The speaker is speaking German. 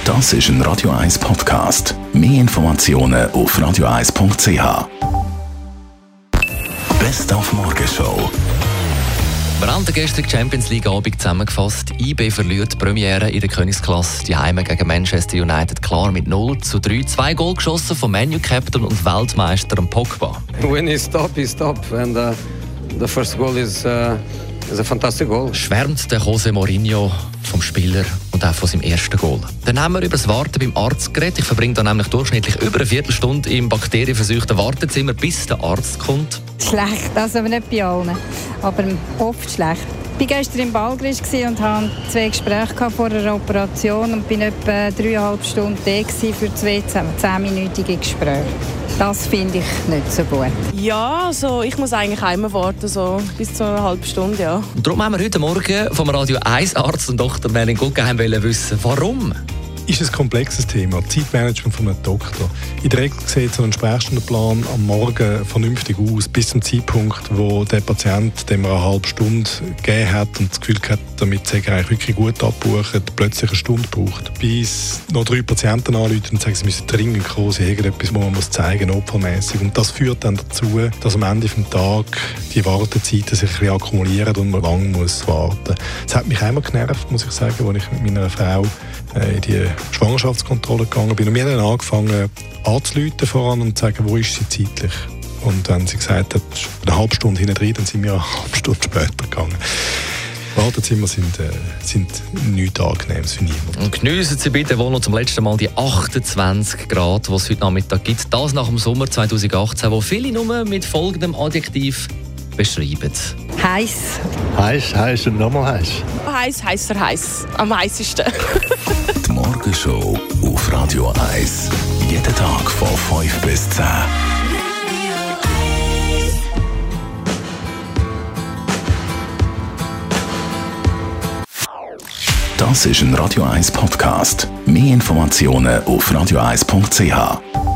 Das ist ein Radio 1 Podcast. Mehr Informationen auf radio1.ch. Best auf Morgenshow. Wir haben den gestrigen Champions League Abend zusammengefasst. IB verliert die Premiere in der Königsklasse. Die Heime gegen Manchester United klar mit 0:3. 2 Goal geschossen vom Man-U-Captain und Weltmeister Pogba. When he stop, he stop. And the first goal is a fantastic goal. Schwärmt der José Mourinho vom Spieler und auch von seinem ersten Goal. Dann haben wir über das Warten beim Arzt geredet. Ich verbringe da nämlich durchschnittlich über eine Viertelstunde im bakterienverseuchten Wartezimmer, bis der Arzt kommt. Schlecht, also nicht bei allen, aber oft schlecht. Ich war gestern im Balgrisch und hatte 2 Gespräche vor einer Operation und war etwa 3,5 Stunden da für 2 10-minütige Gespräche. Das finde ich nicht so gut. Ja, also ich muss eigentlich immer warten, so bis zu einer halben Stunde, ja. Und darum haben wir heute Morgen vom Radio 1 Arzt und Dr. Merlin Guggenheim wissen, warum? Ist ein komplexes Thema, Zeitmanagement von einem Doktor. In der Regel sieht so ein Sprechstundenplan am Morgen vernünftig aus, bis zum Zeitpunkt, wo der Patient, dem er eine halbe Stunde gegeben hat und das Gefühl hat, damit er eigentlich wirklich gut abbuchen, plötzlich eine Stunde braucht. Bis noch 3 Patienten anrufen und sagen, sie müssen dringend kommen, sie haben etwas, wo man muss zeigen, notfallmässig. Und das führt dann dazu, dass am Ende des Tages die Wartezeiten sich ein bisschen akkumulieren und man lange muss warten. Das hat mich einmal genervt, muss ich sagen, als ich mit meiner Frau in die Schwangerschaftskontrolle gegangen bin. Und wir haben dann angefangen anzurufen voran und zu sagen, wo ist sie zeitlich. Und wenn sie gesagt hat, eine halbe Stunde hinten drin, dann sind wir eine halbe Stunde später gegangen. Wartezimmer sind nichts Angenehmes für niemanden. Und geniessen Sie bitte wohl noch zum letzten Mal die 28 Grad, die es heute Nachmittag gibt. Das nach dem Sommer 2018, wo viele nur mit folgendem Adjektiv beschreiben. Heiß. Heiß, heiß und nochmal heiß. Heiß, heißer, heiß. Am heißesten. Die Morgenshow auf Radio 1. Jeden Tag von 5 bis 10. Das ist ein Radio 1 Podcast. Mehr Informationen auf radio1.ch.